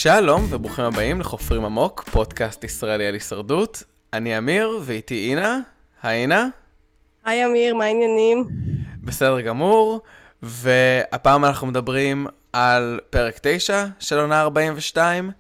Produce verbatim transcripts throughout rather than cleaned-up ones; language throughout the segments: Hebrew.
שלום וברוכים הבאים לחופרים עמוק, פודקאסט ישראלי על הישרדות. אני אמיר ואיתי אינה. היי אינה. היי אמיר, מה העניינים? בסדר גמור, והפעם אנחנו מדברים על פרק תשע של עונה ארבעים ושתיים,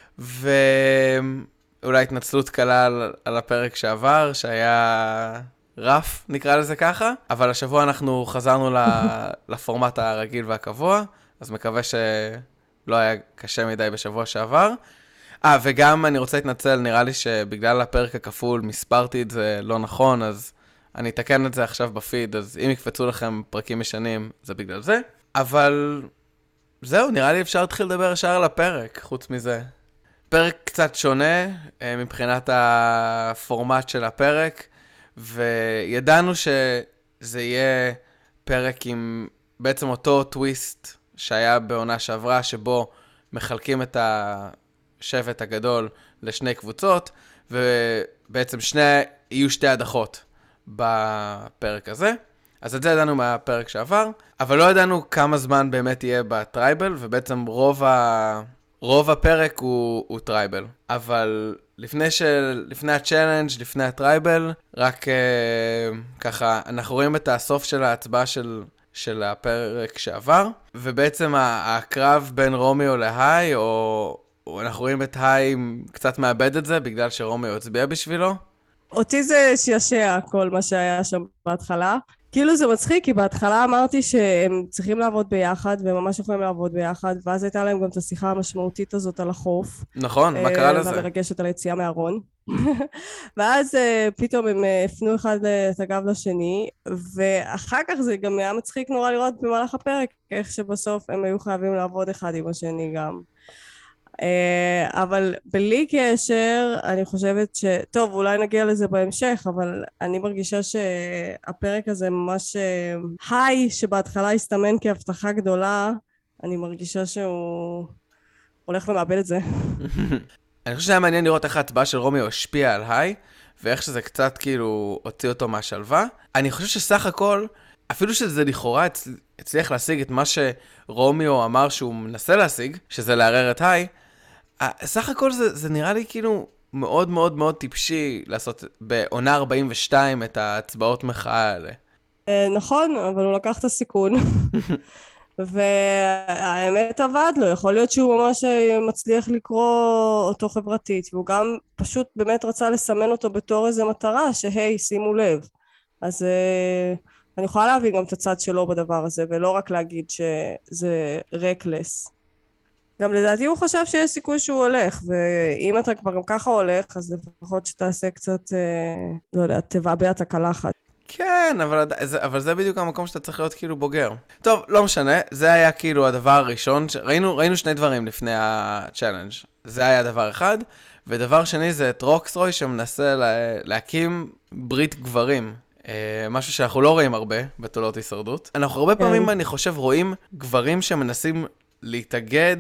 ואולי התנצלות קלה על, על הפרק שעבר, שהיה רף, נקרא לזה ככה, אבל השבוע אנחנו חזרנו לפורמט הרגיל והקבוע, אז מקווה ש... לא היה קשה מדי בשבוע שעבר. אה, וגם אני רוצה להתנצל, נראה לי שבגלל הפרק הכפול מספרתי את זה לא נכון, אז אני אתקן את זה עכשיו בפיד, אז אם יקפצו לכם פרקים משנים, זה בגלל זה. אבל זהו, נראה לי אפשר להתחיל לדבר ישר על הפרק, חוץ מזה. פרק קצת שונה מבחינת הפורמט של הפרק, וידענו שזה יהיה פרק עם בעצם אותו טוויסט, שהיה בעונה שעברה, שבו מחלקים את השבט הגדול לשני קבוצות, ובעצם שני, יהיו שתי הדחות בפרק הזה. אז את זה ידענו מהפרק שעבר, אבל לא ידענו כמה זמן באמת יהיה בטרייבל, ובעצם רוב, ה... רוב הפרק הוא, הוא טרייבל. אבל לפני, של... לפני הצ'אלנג', לפני הטרייבל, רק אה, ככה, אנחנו רואים את הסוף של ההצבעה של... של הפרק שעבר, ובעצם הקרב בין רומיו להי, או, או אנחנו רואים את היי קצת מאבד את זה, בגלל שרומיו הצביע בשבילו. אותי זה שישע כל מה שהיה שם בהתחלה. כאילו זה מצחיק, כי בהתחלה אמרתי שהם צריכים לעבוד ביחד, והם ממש יכולים לעבוד ביחד, ואז הייתה להם גם את השיחה המשמעותית הזאת על החוף. נכון, מה קרה לזה? והמרגשת על היציאה מהארון. ואז פתאום הם הפנו אחד את הגב לשני, ואחר כך זה גם היה מצחיק נורא לראות במהלך הפרק, איך שבסוף הם היו חייבים לעבוד אחד עם השני גם. אבל בלי קשר, אני חושבת ש... טוב, אולי נגיע לזה בהמשך, אבל אני מרגישה שהפרק הזה ממש... היי, שבהתחלה הסתמן כהבטחה גדולה, אני מרגישה שהוא הולך ומאבד את זה. אני חושב שהיה מעניין לראות איך ההצבעה של רומיו השפיעה על היי, ואיך שזה קצת כאילו הוציא אותו מהשלווה. אני חושב שסך הכל, אפילו שזה לכאורה הצליח להשיג את מה שרומיו אמר שהוא מנסה להשיג, שזה לערער את היי, סך הכל זה, זה נראה לי כאילו מאוד מאוד מאוד טיפשי לעשות בעונה ארבעים ושתיים את ההצבעות מחאה האלה. נכון, אבל הוא לקח את הסיכון. והאמת עבד לו, יכול להיות שהוא ממש מצליח לקרוא אותו חברתית, והוא גם פשוט באמת רצה לסמן אותו בתור איזה מטרה, שהי, שימו לב. אז אני יכולה להבין גם את הצד שלו בדבר הזה, ולא רק להגיד שזה רקלס. גם לדעתי הוא חשב שיש סיכוי שהוא הולך, ואם אתה כבר גם ככה הולך, אז לפחות שתעשה קצת, לא יודע, תבעבע את הקלחת. כן, אבל, אבל זה בדיוק המקום שאתה צריך להיות כאילו בוגר. טוב, לא משנה, זה היה כאילו הדבר הראשון, ראינו, ראינו שני דברים לפני הצ'אלנג'. זה היה דבר אחד, ודבר שני זה את רוקסרוי שמנסה לה, להקים ברית גברים. משהו שאנחנו לא רואים הרבה בתולות הישרדות. אנחנו הרבה פעמים, אני חושב, רואים גברים שמנסים להתאגד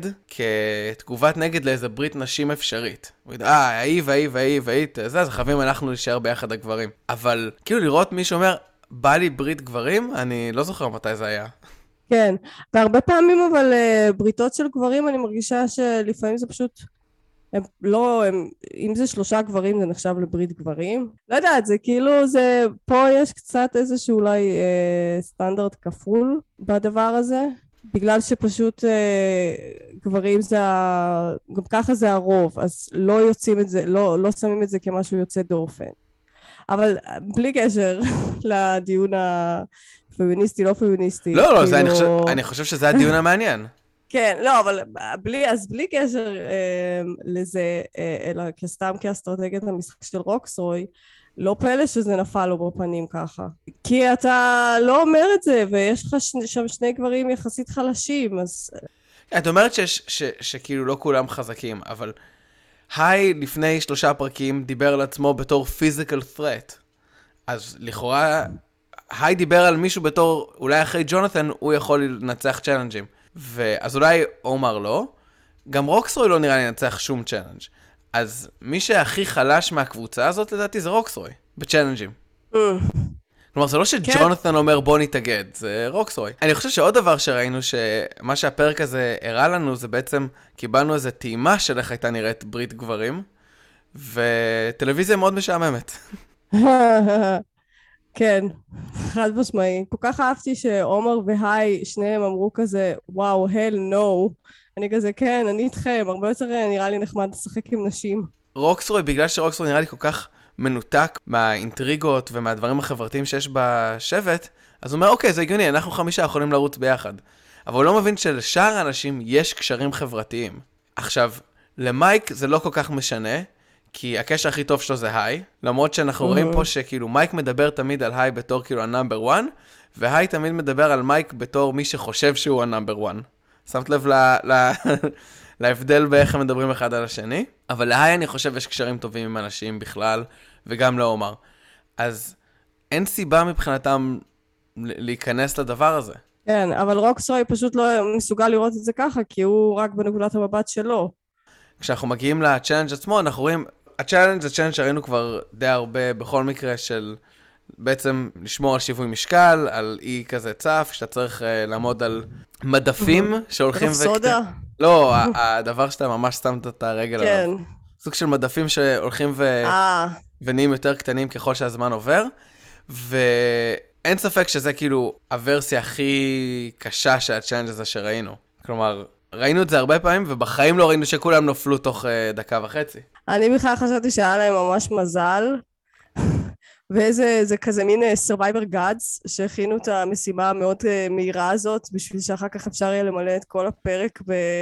כתגובת נגד לאיזה ברית נשים אפשרית. הוא יודע, אה, ההיא וההיא וההיא וההיא, זה, אז חייבים אנחנו להישאר ביחד הגברים. אבל כאילו לראות מישהו אומר, בא לי ברית גברים, אני לא זוכר מתי זה היה. כן, והרבה פעמים אבל בריתות של גברים, אני מרגישה שלפעמים זה פשוט, הם לא, הם, אם זה שלושה גברים זה נחשב לברית גברים. לא יודעת, זה כאילו, זה, פה יש קצת איזשהו אולי אה, סטנדרט כפול בדבר הזה. בגלל שפשוט אה, גברים זה, ה... גם ככה זה הרוב, אז לא יוצאים את זה, לא, לא שמים את זה כמשהו יוצא דופן. אבל בלי קשר לדיון הפמיניסטי, לא פמיניסטי. לא, לא, כאילו... זה, אני, חושב, אני חושב שזה הדיון המעניין. כן, לא, אבל בלי, אז בלי קשר אה, לזה, אה, אלא כסתם כאסטרטגיית המשחק של רוקסרוי, לא פלא שזה נפל לו בפנים ככה. כי אתה לא אומר את זה, ויש לך שם שני גברים יחסית חלשים, אז... את אומרת שיש, ש, שכאילו לא כולם חזקים, אבל היי לפני שלושה פרקים דיבר על עצמו בתור physical threat. אז לכאורה, היי דיבר על מישהו בתור, אולי אחרי ג'ונתן הוא יכול לנצח צ'אלנג'ים. ואז אולי אומר לא, גם רוקסרוי לא נראה לי לנצח שום צ'אלנג'. אז מי שהכי חלש מהקבוצה הזאת לדעתי זה רוקסרוי, בצ'אלנג'ים. כלומר, זה לא שג'ונתן אומר בוא נתאגד, זה רוקסרוי. אני חושב שעוד דבר שראינו, שמה שהפרק הזה הראה לנו, זה בעצם קיבלנו איזו טעימה של איך הייתה נראית ברית גברים, וטלוויזיה מאוד משעממת. כן, חד משמעי. כל כך אהבתי שעומר והי, שניהם אמרו כזה, וואו, hell no. אני כזה, כן, אני איתכם, הרבה יותר נראה לי נחמד לשחק עם נשים. רוקסרוי, בגלל שרוקסרוי נראה לי כל כך מנותק מהאינטריגות ומהדברים החברתיים שיש בשבט, אז הוא אומר, אוקיי, זה הגיוני, אנחנו חמישה יכולים לרוץ ביחד. אבל הוא לא מבין שלשאר האנשים יש קשרים חברתיים. עכשיו, למייק זה לא כל כך משנה, כי הקשר הכי טוב שלו זה היי, למרות שאנחנו mm-hmm. רואים פה שכאילו מייק מדבר תמיד על היי בתור כאילו הנאמבר וואן, והי תמיד מדבר על מייק בתור מי שחושב שהוא הנאמבר וואן. שמת לב ל... ל... להבדל באיך הם מדברים אחד על השני, אבל להי אני חושב יש קשרים טובים עם אנשים בכלל, וגם לעומר. אז אין סיבה מבחינתם להיכנס לדבר הזה. כן, אבל רוקסרוי פשוט לא מסוגל לראות את זה ככה, כי הוא רק בנקודת המבט שלו. כשאנחנו מגיעים לצ'אלנג' עצמו, אנחנו רואים, הצ'אלנג' זה צ'אלנג' שראינו כבר די הרבה בכל מקרה של בעצם לשמור על שיווי משקל, על אי כזה צף, שאתה צריך uh, לעמוד על מדפים שהולכים סודה? לא, הדבר שאתה ממש שמת את הרגל עליו. כן. סוג של מדפים שהולכים ו... ונהיים יותר קטנים ככל שהזמן עובר, ואין ספק שזה כאילו הוורסיה הכי קשה של הצ'אלנג' הזה שראינו. כלומר, ראינו את זה הרבה פעמים, ובחיים לא ראינו שכולם נופלו תוך uh, דקה וחצי. אני בכלל חשבתי שהיה להם ממש מזל, ואיזה זה כזה מין Survivor Gods, שהכינו את המשימה המאוד מהירה הזאת, בשביל שאחר כך אפשר יהיה למלא את כל הפרק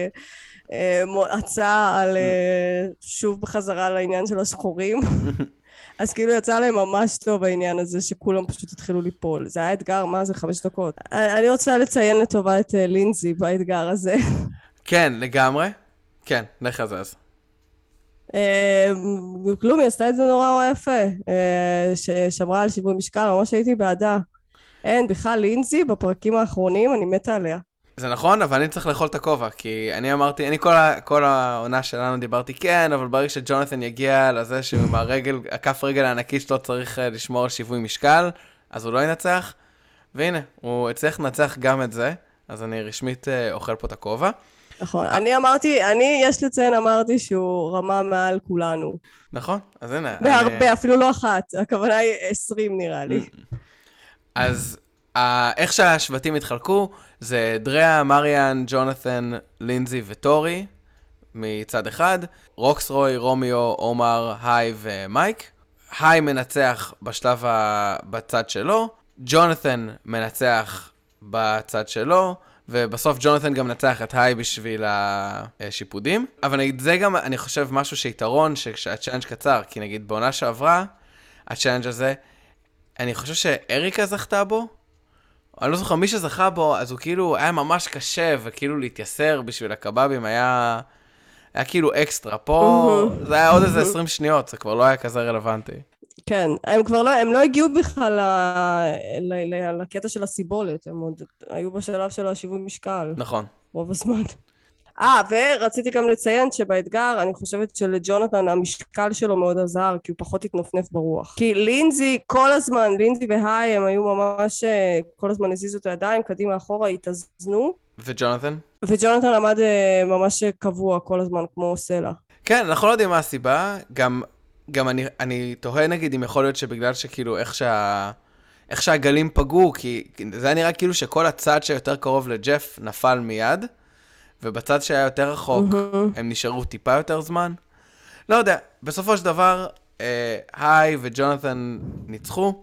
במועצה על שוב בחזרה לעניין של השחורים. אז כאילו יצא להם ממש טוב העניין הזה, שכולם פשוט התחילו ליפול. זה היה אתגר, מה זה? חמש דקות. אני רוצה לציין לטובה את לינזי באתגר הזה. כן, לגמרי. כן, נחזז. כלום, היא עשתה את זה נורא יפה, ששמרה על שיווי משקל, ממש הייתי בעדה. אין, בכלל לינזי בפרקים האחרונים, אני מתה עליה. זה נכון, אבל אני צריך לאכול את הכובע, כי אני אמרתי, אני כל, ה, כל העונה שלנו דיברתי כן, אבל ברגע שג'ונתן יגיע לזה שהוא הרגל, הכף רגל הענקית שלו צריך לשמור על שיווי משקל, אז הוא לא ינצח, והנה, הוא הצליח לנצח גם את זה, אז אני רשמית אוכל פה את הכובע. נכון, אני אמרתי, אני, יש לציין, אמרתי שהוא רמה מעל כולנו. נכון, אז הנה. בהרבה, אפילו לא אחת, הכוונה היא עשרים נראה לי. אז איך שהשבטים התחלקו, זה דריה, מריאן, ג'ונתן, לינזי וטורי מצד אחד, רוקסרוי, רומיו, עומר, היי ומייק. היי מנצח בשלב בצד שלו, ג'ונתן מנצח בצד שלו, ובסוף ג'ונתן גם נצח את היי בשביל השיפודים. אבל נגיד, זה גם, אני חושב, משהו שיתרון שהצ'אלנג' קצר, כי נגיד בעונה שעברה, הצ'אלנג' הזה, אני חושב שאריקה זכתה בו, אני לא זוכר, מי שזכה בו, אז הוא כאילו היה ממש קשה, וכאילו להתייסר בשביל הקבבים היה, היה כאילו אקסטרה. פה זה היה עוד איזה עשרים שניות, זה כבר לא היה כזה רלוונטי. כן, הם כבר לא, הם לא הגיעו בכלל לקטע של הסיבולת, הם עוד היו בשלב של השיווי משקל. נכון. רוב הזמן. אה, ורציתי גם לציין שבאתגר, אני חושבת שלג'ונתן המשקל שלו מאוד עזר, כי הוא פחות התנפנף ברוח. כי לינזי, כל הזמן, לינזי והי, הם היו ממש, כל הזמן הזיזו את הידיים, קדימה אחורה, התאזנו. וג'ונתן? וג'ונתן עמד ממש קבוע כל הזמן, כמו סלע. כן, אנחנו לא יודעים מה הסיבה, גם... גם אני, אני תוהה נגיד אם יכול להיות שבגלל שכאילו איך, שה, איך שהגלים פגעו, כי זה היה נראה כאילו שכל הצד שיותר קרוב לג'ף נפל מיד, ובצד שהיה יותר רחוק mm-hmm. הם נשארו טיפה יותר זמן. לא יודע, בסופו של דבר, אה, היי וג'ונתן ניצחו,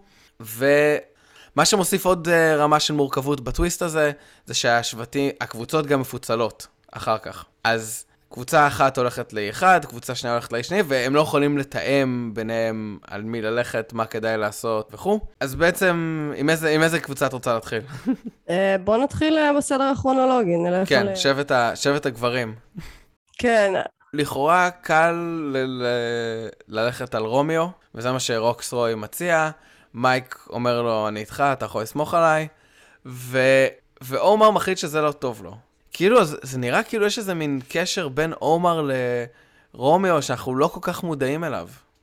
ומה שמוסיף עוד אה, רמה של מורכבות בטוויסט הזה, זה שהשבטים, הקבוצות גם מפוצלות אחר כך. אז... קבוצה אחת הולכת לאחד, קבוצה שנייה הולכת לשני, והם לא יכולים לתאם ביניהם על מי ללכת, מה כדאי לעשות וכו'. אז בעצם, עם איזה, עם איזה קבוצה את רוצה להתחיל? בוא נתחיל בסדר הכרונולוגי, נלך כן, על... שבט, ה, שבט הגברים. כן. לכאורה קל ל- ל- ללכת על רומיו, וזה מה שרוקסרוי מציע. מייק אומר לו, אני איתך, אתה יכול לסמוך עליי, ו... ועומר מחליט שזה לא טוב לו. כאילו, זה, זה נראה כאילו יש איזה מין קשר בין עומר לרומיו, שאנחנו לא כל כך מודעים אליו.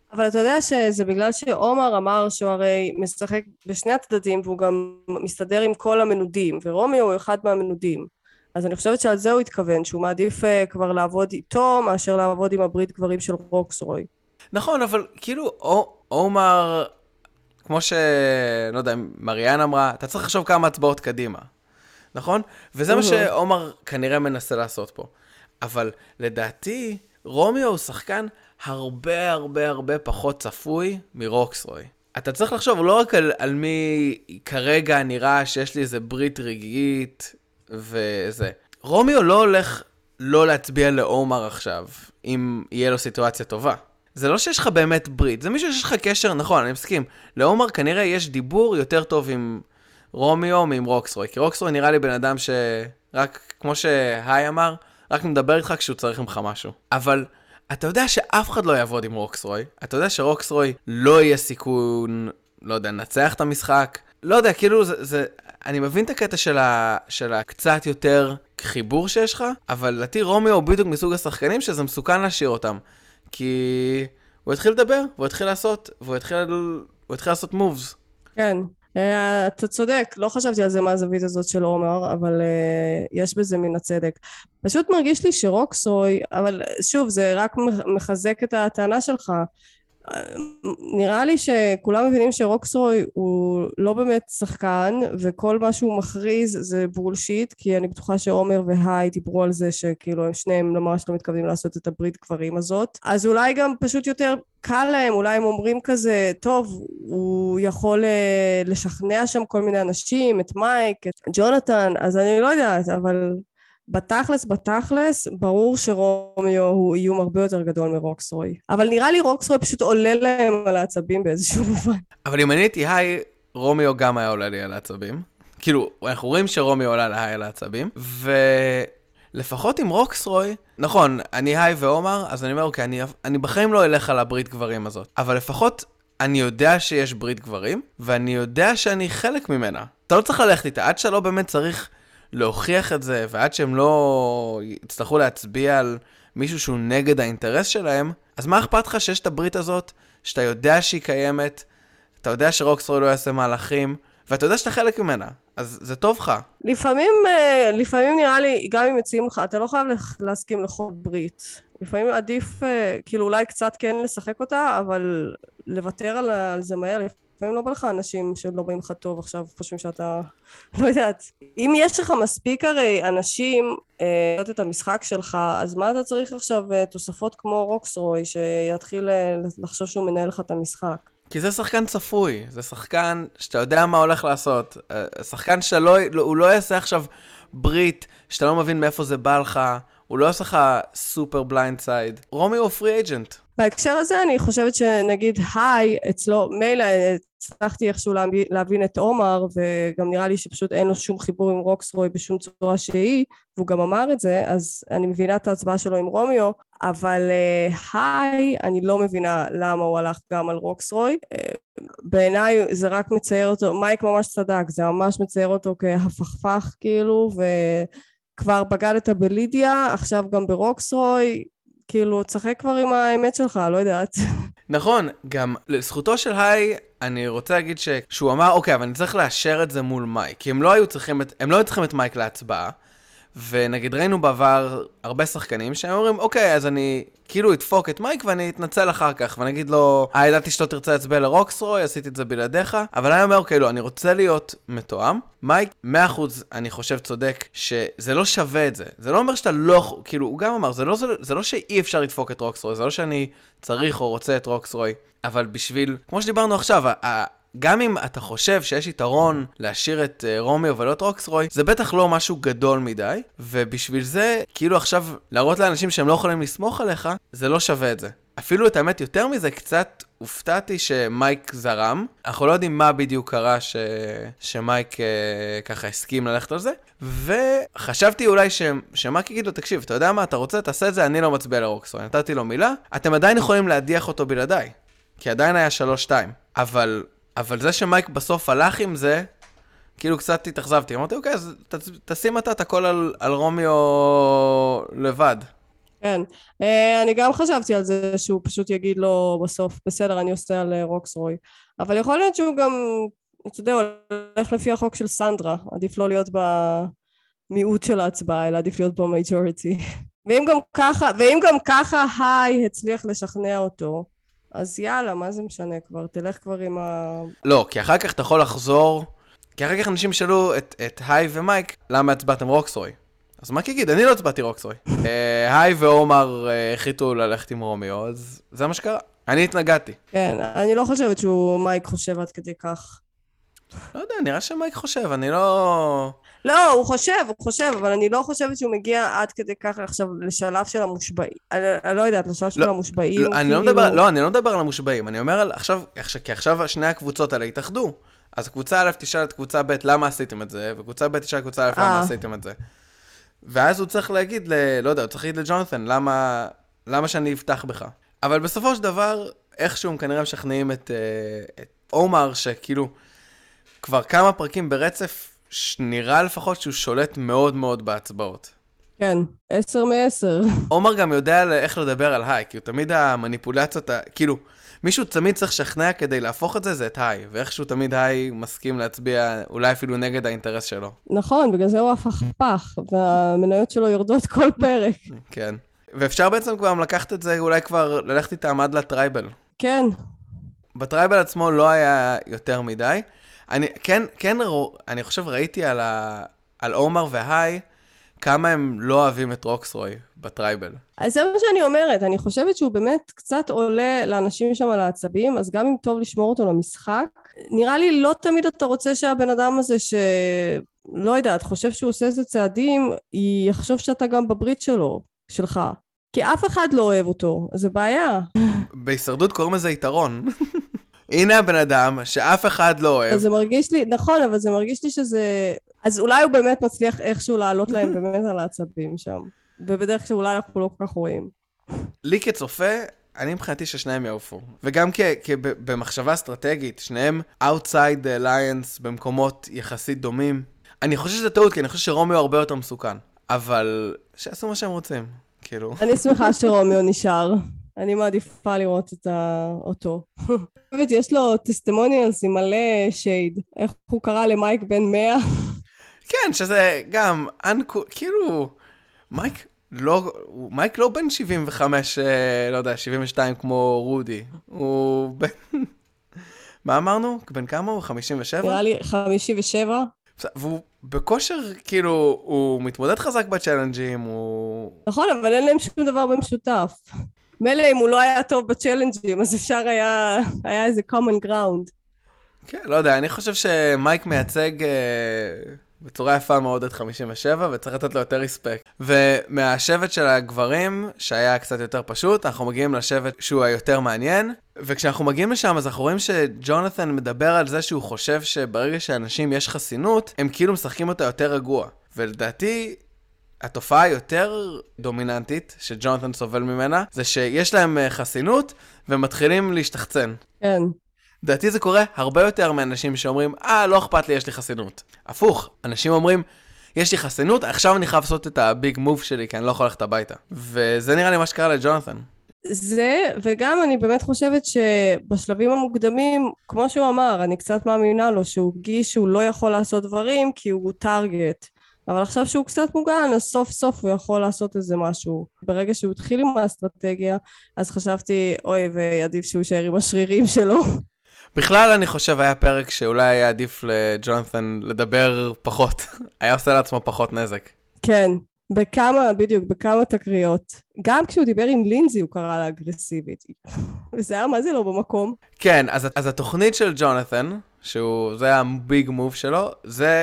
אבל אתה יודע שזה בגלל שעומר אמר שהוא הרי משחק בשני הצדדים והוא גם מסתדר עם כל המנודים, ורומיו הוא אחד מהמנודים. אז אני חושבת שעל זה הוא התכוון, שהוא מעדיף uh, כבר לעבוד איתו מאשר לעבוד עם הברית גברים של רוקסרוי. נכון, אבל כאילו עומר, כמו ש... לא יודע, מריאן אמרה, אתה צריך לחשוב כמה הצבעות קדימה. נכון? וזה מה שעומר כנראה מנסה לעשות פה. אבל לדעתי, רומיו הוא שחקן הרבה הרבה הרבה פחות צפוי מרוקסרוי. אתה צריך לחשוב לא רק על, על מי כרגע נראה שיש לי איזה ברית רגעית וזה. רומיו לא הולך לא להצביע לעומר עכשיו, אם יהיה לו סיטואציה טובה. זה לא שיש לך באמת ברית, זה מישהו שיש לך קשר, נכון, אני מסכים. לעומר כנראה יש דיבור יותר טוב עם רומיו מעם רוקסרוי, כי רוקסרוי נראה לי בן אדם שרק, כמו שהי אמר, רק מדבר איתך כשהוא צריך ממך משהו. אבל אתה יודע שאף אחד לא יעבוד עם רוקסרוי, אתה יודע שרוקסרוי לא יהיה סיכון, לא יודע, נצח את המשחק, לא יודע, כאילו זה, זה אני מבין את הקטע של, ה, של הקצת יותר חיבור שיש לך, אבל לדעתי רומיו הוא בדיוק מסוג השחקנים שזה מסוכן להשאיר אותם, כי הוא התחיל לדבר, והוא התחיל לעשות, והוא התחיל, הוא התחיל לעשות מובס. כן. אתה צודק, לא חשבתי על זה מהזווית הזאת של עומר, אבל uh, יש בזה מן הצדק. פשוט מרגיש לי שרוקסרוי, אבל שוב, זה רק מחזק את הטענה שלך. נראה לי שכולם מבינים שרוקסרוי הוא לא באמת שחקן, וכל מה שהוא מכריז זה בולשיט, כי אני בטוחה שעומר והי דיברו על זה שכאילו הם שניהם ממש לא מתכוונים לעשות את הברית גברים הזאת. אז אולי גם פשוט יותר קל להם, אולי הם אומרים כזה, טוב, הוא יכול לשכנע שם כל מיני אנשים, את מייק, את ג'ונתן, אז אני לא יודעת, אבל בתכלס, בתכלס, ברור שרומיו הוא איום הרבה יותר גדול מרוקסרוי. אבל נראה לי רוקסרוי פשוט עולה להם על העצבים באיזשהו מובן. אבל אם אני הייתי היי, רומיו גם היה עולה לי על העצבים. כאילו, אנחנו רואים שרומיו עולה להי על העצבים, ולפחות עם רוקסרוי, נכון, אני היי ועומר, אז אני אומר, אוקיי, אני, אני בחיים לא אלך על הברית גברים הזאת. אבל לפחות אני יודע שיש ברית גברים, ואני יודע שאני חלק ממנה. אתה לא צריך ללכת איתה, עד שלא באמת צריך להוכיח את זה, ועד שהם לא יצטרכו להצביע על מישהו שהוא נגד האינטרס שלהם, אז מה אכפת לך שיש את הברית הזאת, שאתה יודע שהיא קיימת, אתה יודע שרוקסרוי לא יעשה מהלכים, ואתה יודע שאתה חלק ממנה, אז זה טוב לך. לפעמים, לפעמים נראה לי, גם אם מציעים לך, אתה לא חייב להסכים לכל ברית. לפעמים עדיף, כאילו אולי קצת כן לשחק אותה, אבל לוותר על זה מהר, לפעמים לא בא לך אנשים שלא באים לך טוב עכשיו, חושבים שאתה, לא יודעת. אם יש לך מספיק הרי אנשים לראות את המשחק שלך, אז מה אתה צריך עכשיו תוספות כמו רוקסרוי, שיתחיל לחשוב שהוא מנהל לך את המשחק? כי זה שחקן צפוי, זה שחקן שאתה יודע מה הולך לעשות, שחקן שלא, הוא לא יעשה עכשיו ברית, שאתה לא מבין מאיפה זה בא לך, הוא לא יעשה לך סופר בליינד סייד. רומיו הוא פרי אג'נט. בהקשר הזה אני חושבת שנגיד היי אצלו, מילא הצלחתי איכשהו להבין את עומר, וגם נראה לי שפשוט אין לו שום חיבור עם רוקסרוי בשום צורה שהיא, והוא גם אמר את זה, אז אני מבינה את ההצבעה שלו עם רומיו, אבל היי, אני לא מבינה למה הוא הלך גם על רוקסרוי. בעיניי זה רק מצייר אותו, מייק ממש צדק, זה ממש מצייר אותו כהפכפך כאילו, וכבר בגדת בלידיה, עכשיו גם ברוקסרוי, כאילו, תשחק כבר עם האמת שלך, לא יודעת. נכון, גם לזכותו של היי, אני רוצה להגיד שהוא אמר, אוקיי, אבל אני צריך לאשר את זה מול מייק, כי הם לא היו צריכים את, הם לא היו צריכים את מייק להצבעה, ונגיד ראינו בעבר הרבה שחקנים שהם אומרים, אוקיי, אז אני כאילו אתפוק את מייק ואני אתנצל אחר כך, ואני אגיד לו, אה, ידעתי שאתה תרצה להצביע לרוקסרוי, עשיתי את זה בלעדיך, אבל אני אומר, אוקיי, לא, אני רוצה להיות מתואם. מייק, מאה אחוז, אני חושב צודק, שזה לא שווה את זה. זה לא אומר שאתה לא, כאילו, הוא גם אמר, זה לא, זה, זה לא שאי אפשר לדפוק את רוקסרוי, זה לא שאני צריך או רוצה את רוקסרוי, אבל בשביל, כמו שדיברנו עכשיו, ה- גם אם אתה חושב שיש יתרון להשאיר את uh, רומיו ולא את רוקסרוי, זה בטח לא משהו גדול מדי, ובשביל זה, כאילו עכשיו, להראות לאנשים שהם לא יכולים לסמוך עליך, זה לא שווה את זה. אפילו את האמת יותר מזה, קצת הופתעתי שמייק זרם. אנחנו לא יודעים מה בדיוק קרה ש... שמייק uh, ככה הסכים ללכת על זה, וחשבתי אולי ש... שמייק יגיד לו, תקשיב, אתה יודע מה, אתה רוצה, תעשה את זה, אני לא מצביע לרוקסרוי. נתתי לו מילה, אתם עדיין יכולים להדיח אותו בלעדיי, כי עדיין היה שלוש שתיים, אבל... אבל זה שמייק בסוף הלך עם זה, כאילו קצת התאכזבתי. אמרתי, אוקיי, אז ת, תשים אתה את הכל על, על רומיו לבד. כן, אה, אני גם חשבתי על זה שהוא פשוט יגיד לו בסוף, בסדר, אני עושה על אה, רוקסרוי, אבל יכול להיות שהוא גם, אתה יודע, הולך לפי החוק של סנדרה, עדיף לא להיות במיעוט של ההצבעה, אלא עדיף להיות במייג'וריטי. ואם גם ככה, ואם גם ככה היי הצליח לשכנע אותו, אז יאללה, מה זה משנה כבר, תלך כבר עם ה... לא, כי אחר כך אתה יכול לחזור, כי אחר כך אנשים שאלו את, את היי ומייק, למה הצבעתם רוקסרוי? אז מייק יגיד, אני לא הצבעתי רוקסרוי. אה, היי ועומר אה, החליטו ללכת עם רומיו, אז זה מה שקרה. אני התנגדתי. כן, אני לא חושבת שהוא מייק חושב עד כדי כך. לא יודע, נראה שמייק חושב, אני לא... לא, הוא חושב, הוא חושב, אבל אני לא חושבת שהוא מגיע עד כדי כך עכשיו לשלב של המושבעים. אני, אני לא יודעת, לשלב של לא, המושבעים. לא, אני לא מדבר, לא, אני לא מדבר על המושבעים, אני אומר על עכשיו, כי עכשיו שני הקבוצות האלה התאחדו. אז קבוצה א' תשאל את קבוצה ב' למה עשיתם את זה, וקבוצה ב' תשאל את קבוצה א' למה עשיתם את זה. ואז הוא צריך להגיד, ל... לא יודע, הוא צריך להגיד לג'ונת'ן, למה, למה שאני אפתח בך? אבל בסופו של דבר, איכשהו הם כנראה משכנעים את, את עומר, שכאילו, כבר כמה פרקים ברצף, נראה לפחות שהוא שולט מאוד מאוד בהצבעות. כן, עשר מעשר. עומר גם יודע איך לדבר על היי, כי הוא תמיד המניפולציות, כאילו, מישהו תמיד צריך לשכנע כדי להפוך את זה, זה את היי, ואיכשהו תמיד היי מסכים להצביע, אולי אפילו נגד האינטרס שלו. נכון, בגלל זה הוא הפכפך, והמניות שלו יורדות כל פרק. כן. ואפשר בעצם כבר לקחת את זה, אולי כבר ללכת איתם עד לטרייבל. כן. בטרייבל עצמו לא היה יותר מדי. אני, כן, כן, אני חושב ראיתי על, ה, על עומר והי, כמה הם לא אוהבים את רוקסרוי בטרייבל. אז זה מה שאני אומרת, אני חושבת שהוא באמת קצת עולה לאנשים שם על העצבים, אז גם אם טוב לשמור אותו למשחק, נראה לי לא תמיד אתה רוצה שהבן אדם הזה שלא יודעת, חושב שהוא עושה איזה צעדים, יחשוב שאתה גם בברית שלו, שלך. כי אף אחד לא אוהב אותו, אז זה בעיה. בהישרדות קוראים לזה יתרון. הנה הבן אדם שאף אחד לא אוהב. אז זה מרגיש לי, נכון, אבל זה מרגיש לי שזה... אז אולי הוא באמת מצליח איכשהו לעלות להם באמת על העצבים שם. ובדרך כלל אולי אנחנו לא כל כך רואים. לי כצופה, אני מבחינתי ששניהם יעופו. וגם במחשבה אסטרטגית, שניהם outside the alliance במקומות יחסית דומים. אני חושב שזה טעות, כי אני חושב שרומיו הרבה יותר מסוכן. אבל שיעשו מה שהם רוצים, כאילו. אני שמחה שרומיו נשאר. אני מעדיפה לראות את אותו. יש לו טסטימוניאלס עם מלא שייד. איך הוא קרא למייק בן מאה? כן, שזה גם, אנקו, כאילו, מייק לא, מייק לא בן שבעים וחמש, לא יודע, שבעים ושתיים כמו רודי. הוא בן, מה אמרנו? בן כמה הוא? חמישים ושבע? נראה לי חמישים ושבע. והוא בכושר, כאילו, הוא מתמודד חזק בצ'לנג'ים, הוא... נכון, אבל אין להם שום דבר במשותף. מילא אם הוא לא היה טוב בצ'לנג'ים, אז אפשר היה, היה איזה common ground. כן, לא יודע, אני חושב שמייק מייצג אה, בצורה יפה מאוד את חמישים ושבע, וצריך לתת לו יותר ריספקט. ומהשבט של הגברים, שהיה קצת יותר פשוט, אנחנו מגיעים לשבט שהוא היותר מעניין, וכשאנחנו מגיעים לשם, אז אנחנו רואים שג'ונת'ן מדבר על זה שהוא חושב שברגע שאנשים יש חסינות, הם כאילו משחקים אותה יותר רגוע. ולדעתי... התופעה היותר דומיננטית שג'ונת'ן סובל ממנה, זה שיש להם חסינות ומתחילים להשתחצן. כן. דעתי זה קורה הרבה יותר מאנשים שאומרים, אה, לא אכפת לי, יש לי חסינות. הפוך, אנשים אומרים, יש לי חסינות, עכשיו אני חייב לעשות את הביג מוב שלי, כי אני לא יכול ללכת הביתה. וזה נראה לי מה שקרה לג'ונת'ן. זה, וגם אני באמת חושבת שבשלבים המוקדמים, כמו שהוא אמר, אני קצת מאמינה לו, שהוא גיש שהוא לא יכול לעשות דברים, כי הוא טארגט. אבל עכשיו שהוא קצת מוגן, אז סוף סוף הוא יכול לעשות איזה משהו. ברגע שהוא התחיל עם האסטרטגיה, אז חשבתי, אוי, ועדיף שהוא יישאר עם השרירים שלו. בכלל אני חושב היה פרק שאולי היה עדיף לג'ונת'ן לדבר פחות. היה עושה לעצמו פחות נזק. כן, בכמה, בדיוק, בכמה תקריות. גם כשהוא דיבר עם לינזי הוא קרא לה אגרסיבית. וזה היה מה זה לא במקום. כן, אז, אז התוכנית של ג'ונת'ן, שהוא, זה הביג מוב שלו, זה...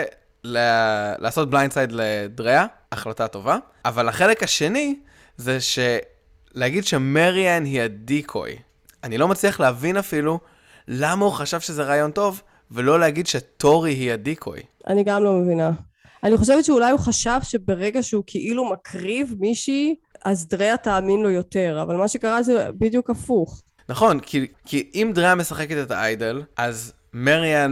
לעשות בליינדסייד לדריה, החלטה טובה, אבל החלק השני זה להגיד שמריאן היא הדיקוי. אני לא מצליח להבין אפילו למה הוא חשב שזה רעיון טוב, ולא להגיד שטורי היא הדיקוי. אני גם לא מבינה. אני חושבת שאולי הוא חשב שברגע שהוא כאילו מקריב מישהי, אז דריה תאמין לו יותר, אבל מה שקרה זה בדיוק הפוך. נכון, כי, כי אם דריה משחקת את האיידל, אז מריאן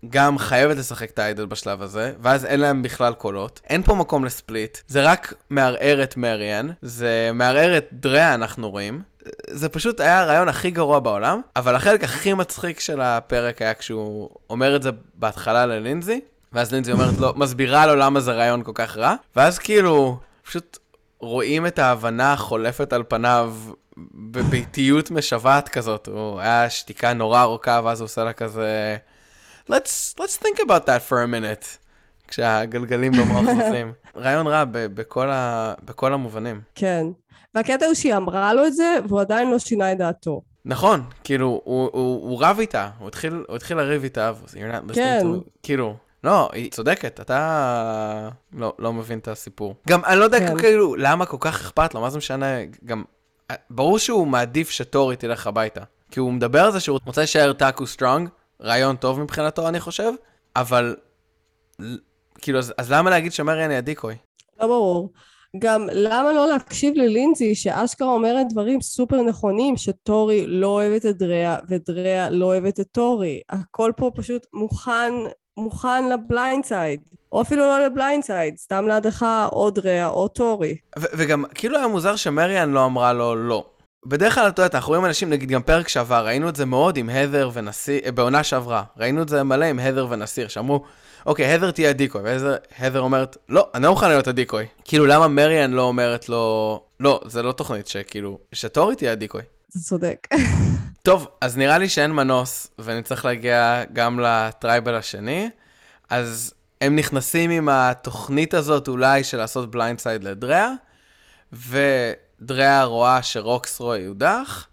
גם חייבת לשחק את האיידל בשלב הזה, ואז אין להם בכלל קולות. אין פה מקום לספליט, זה רק מערער את מריאן, זה מערער את דריה אנחנו רואים. זה פשוט היה הרעיון הכי גרוע בעולם, אבל החלק הכי מצחיק של הפרק היה כשהוא אומר את זה בהתחלה ללינזי, ואז לינזי אומרת לו, מסבירה לו למה זה רעיון כל כך רע, ואז כאילו פשוט רואים את ההבנה חולפת על פניו בביתיות משוועת כזאת. הוא היה שתיקה נורא ארוכה, ואז הוא עושה לה כזה, let's, let's think about that for a minute, כשהגלגלים במוח עושים. רעיון רע ב- בכל, ה- בכל המובנים. כן. והקטע הוא שהיא אמרה לו את זה, והוא עדיין לא שינה את דעתו. נכון, כאילו, הוא, הוא, הוא רב איתה, הוא התחיל, הוא התחיל לריב איתה, you're not listening כן. to me, כאילו, לא, היא צודקת, אתה לא, לא מבין את הסיפור. גם, אני לא יודע כן. כאילו, למה כל כך אכפת לו, מה זה משנה, גם, ברור שהוא מעדיף שטורי תלך הביתה, כי הוא מדבר על זה שהוא רוצה להישאר טאקו סטרונג, רעיון טוב מבחינתו, אני חושב, אבל, כאילו, אז, אז למה להגיד שמריאן היא הדיקוי? לא ברור. גם למה לא להקשיב ללינזי שאשכרה אומרת דברים סופר נכונים, שטורי לא אוהבת את דריה ודריה לא אוהבת את טורי. הכל פה פשוט מוכן, מוכן לבליינד סייד. או אפילו לא לבליינד סייד, סתם להדחה או דריה או טורי. ו- וגם כאילו היה מוזר שמריאן לא אמרה לו לא. בדרך כלל, אתה יודע, אנחנו רואים אנשים, נגיד גם פרק שעבר, ראינו את זה מאוד עם הדר ונסיר, בעונה שעברה, ראינו את זה מלא עם הדר ונסיר, שאמרו, אוקיי, הדר תהיה הדיקוי, והדר אומרת, לא, אני לא מוכן להיות הדיקוי. כאילו, למה מריאן לא אומרת לו, לא, זה לא תוכנית שכאילו, שטורי תהיה הדיקוי. זה צודק. טוב, אז נראה לי שאין מנוס, ואני צריך להגיע גם לטרייבל השני, אז הם נכנסים עם התוכנית הזאת אולי של לעשות בליינד סייד לדריה, ודריה רואה שרוקסרוי יודח,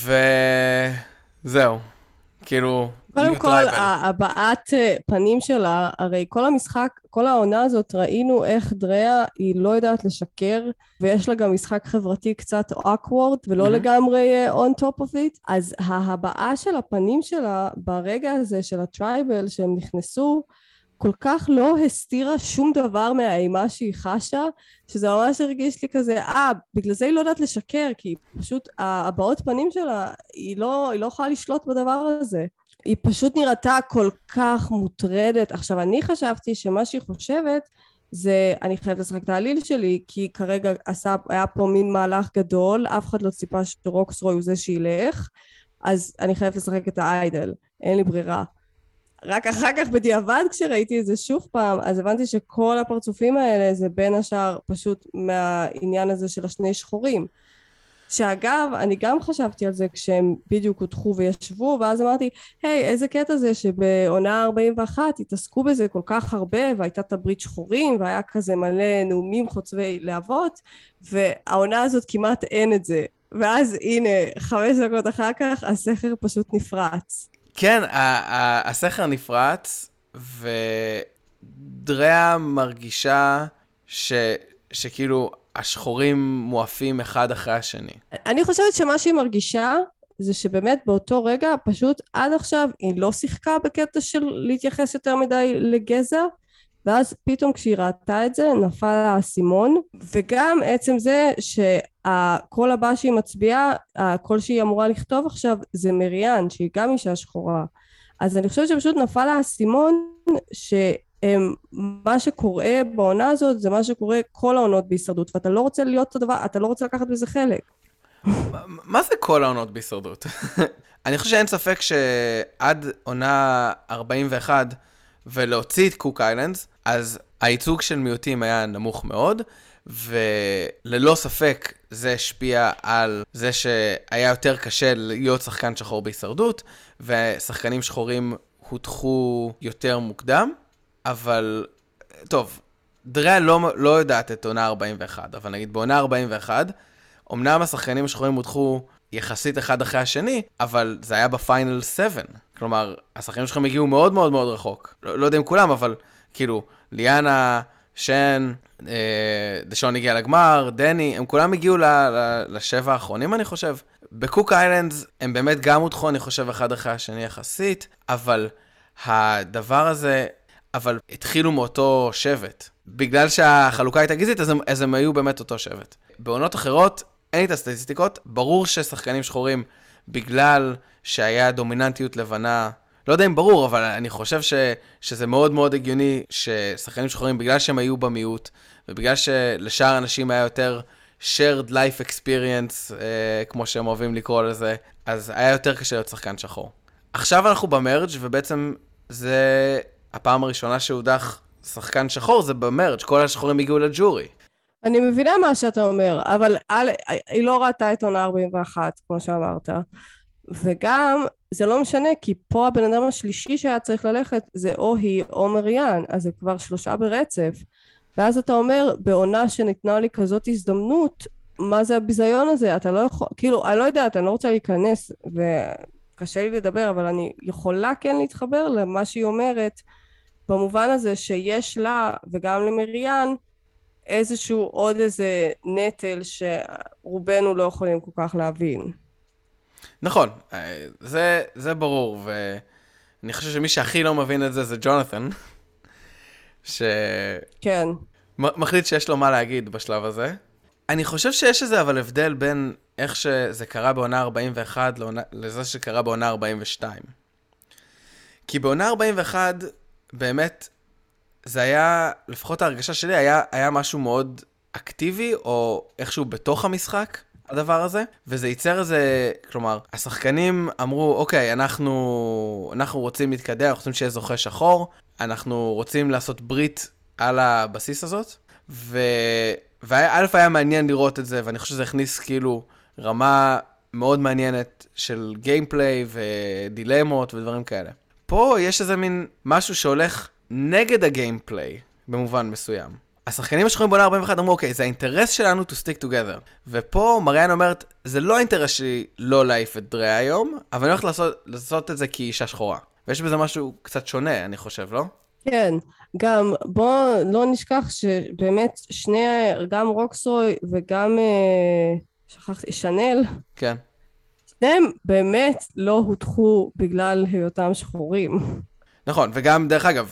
וזהו. כאילו, קודם כל, הבעת פנים שלה, הרי כל המשחק, כל העונה הזאת, ראינו איך דריה היא לא יודעת לשקר, ויש לה גם משחק חברתי קצת awkward, ולא mm-hmm. לגמרי on top of it, אז ההבעה של הפנים שלה, ברגע הזה של הטרייבל שהם נכנסו, כל כך לא הסתירה שום דבר מהאימה שהיא חשה, שזה ממש הרגיש לי כזה, אה, בגלל זה היא לא יודעת לשקר, כי פשוט הבעות פנים שלה, היא לא, היא לא יכולה לשלוט בדבר הזה. היא פשוט נראתה כל כך מוטרדת. עכשיו, אני חשבתי שמה שהיא חושבת, זה, אני חייבת לשחק את העליל שלי, כי כרגע עשה, היה פה מין מהלך גדול, אף אחד לא ציפה שרוקסרוי הוא זה שילך, אז אני חייבת לשחק את האיידל, אין לי ברירה. רק אחר כך בדיעבד כשראיתי את זה שוב פעם, אז הבנתי שכל הפרצופים האלה זה בין השאר פשוט מהעניין הזה של השני שחורים. שאגב, אני גם חשבתי על זה כשהם בדיוק הותחו וישבו, ואז אמרתי, היי, איזה קטע זה שבעונה ארבעים ואחת התעסקו בזה כל כך הרבה, והייתה את הברית שחורים, והיה כזה מלא נאומים חוצבי להבות, והעונה הזאת כמעט אין את זה. ואז הנה, חמש דקות אחר כך, הסכר פשוט נפרץ. כן, הסכר נפרץ, ודריה מרגישה ש, שכאילו השחורים מואפים אחד אחרי השני. אני חושבת שמה שהיא מרגישה, זה שבאמת באותו רגע, פשוט עד עכשיו היא לא שיחקה בקטע של להתייחס יותר מדי לגזע, ואז פתאום כשהיא ראתה את זה, נפל לה האסימון, וגם עצם זה שהקול הבא שהיא מצביעה, הקול שהיא אמורה לכתוב עכשיו, זה מריאן, שהיא גם אישה שחורה. אז אני חושבת שפשוט נפל לה האסימון, שמה שקורה בעונה הזאת, זה מה שקורה כל העונות בהישרדות, ואתה לא רוצה להיות את הדבר, אתה לא רוצה לקחת בזה חלק. מה זה כל העונות בהישרדות? אני חושב שאין ספק שעד עונה ארבעים ואחת, ולהוציא את קוק איילנדס, אז הייצוג של מיעוטים היה נמוך מאוד, וללא ספק זה השפיע על זה שהיה יותר קשה להיות שחקן שחור בהישרדות, ושחקנים שחורים הותחו יותר מוקדם, אבל טוב, דריה לא, לא יודעת את עונה ארבעים ואחת, אבל נגיד בעונה ארבעים ואחת, אמנם השחקנים השחורים הותחו יחסית אחד אחרי השני, אבל זה היה בפיינל שבע. כלומר, השחקנים שלכם הגיעו מאוד מאוד מאוד רחוק. לא, לא יודע אם כולם, אבל כאילו, ליאנה, שן, אה, דשון הגיע לגמר, דני, הם כולם הגיעו ל, ל, לשבע האחרונים, אני חושב. בקוק איילנדס הם באמת גם הותחו, אני חושב, אחד אחרי השני יחסית, אבל הדבר הזה, אבל התחילו מאותו שבט. בגלל שהחלוקה הייתה גזעית, אז הם, אז הם היו באמת אותו שבט. בעונות אחרות, אין לי את הסטטיסטיקות, ברור ששחקנים שחורים, בגלל שהיה דומיננטיות לבנה לא יודע אם ברור, אבל אני חושב ש, שזה מאוד מאוד הגיוני ששחקנים שחורים, בגלל שהם היו במיעוט, ובגלל שלשאר אנשים היה יותר shared life experience, אה, כמו שהם אוהבים לקרוא לזה, אז היה יותר קשה להיות שחקן שחור. עכשיו אנחנו במרג' ובעצם זה הפעם הראשונה שהודח שחקן שחור, זה במרג', כל השחורים הגיעו לג'ורי. אני מבינה מה שאתה אומר, אבל על, היא לא ראתה את עונה ארבעים ואחת, כמו שאמרת. וגם, זה לא משנה, כי פה הבן אדם השלישי שהיה צריך ללכת, זה או היא או מריאן, אז זה כבר שלושה ברצף. ואז אתה אומר, בעונה שניתנה לי כזאת הזדמנות, מה זה הביזיון הזה? אתה לא יכול, כאילו, אני לא יודעת, אני לא רוצה להיכנס, וקשה לי לדבר, אבל אני יכולה כן להתחבר למה שהיא אומרת, במובן הזה שיש לה, וגם למריאן, איזשהו עוד איזה נטל שרובנו לא יכולים כל כך להבין. נכון, זה, זה ברור, ואני חושב שמי שהכי לא מבין את זה זה ג'ונת'ן, כן. שמחליט שיש לו מה להגיד בשלב הזה. אני חושב שיש איזה אבל הבדל בין איך שזה קרה בעונה ארבעים ואחת לזה שקרה בעונה ארבעים ושתיים. כי בעונה ארבעים ואחת באמת זה היה, לפחות ההרגשה שלי, היה, היה משהו מאוד אקטיבי, או איכשהו בתוך המשחק, הדבר הזה, וזה ייצר איזה, כלומר, השחקנים אמרו, אוקיי, אנחנו, אנחנו רוצים להתקדם, אנחנו רוצים שיהיה זוכה שחור, אנחנו רוצים לעשות ברית על הבסיס הזאת, ו... וא' היה מעניין לראות את זה, ואני חושב שזה הכניס כאילו רמה מאוד מעניינת של גיימפליי ודילמות ודברים כאלה. פה יש איזה מין משהו שהולך נגד הגיימפליי, במובן מסוים. השחקנים השחורים בעונה ארבעים ואחת אמרו, אוקיי, זה האינטרס שלנו to stick together. ופה מריאן אומרת, זה לא האינטרס שלי לא להעיף את דרי היום, אבל אני הולך לעשות, לעשות את זה כאישה שחורה. ויש בזה משהו קצת שונה, אני חושב, לא? כן, גם בוא לא נשכח שבאמת שני, גם רוקסרוי וגם, שכחתי, שנל, כן. שניהם באמת לא הודחו בגלל היותם שחורים. נכון, וגם דרך אגב,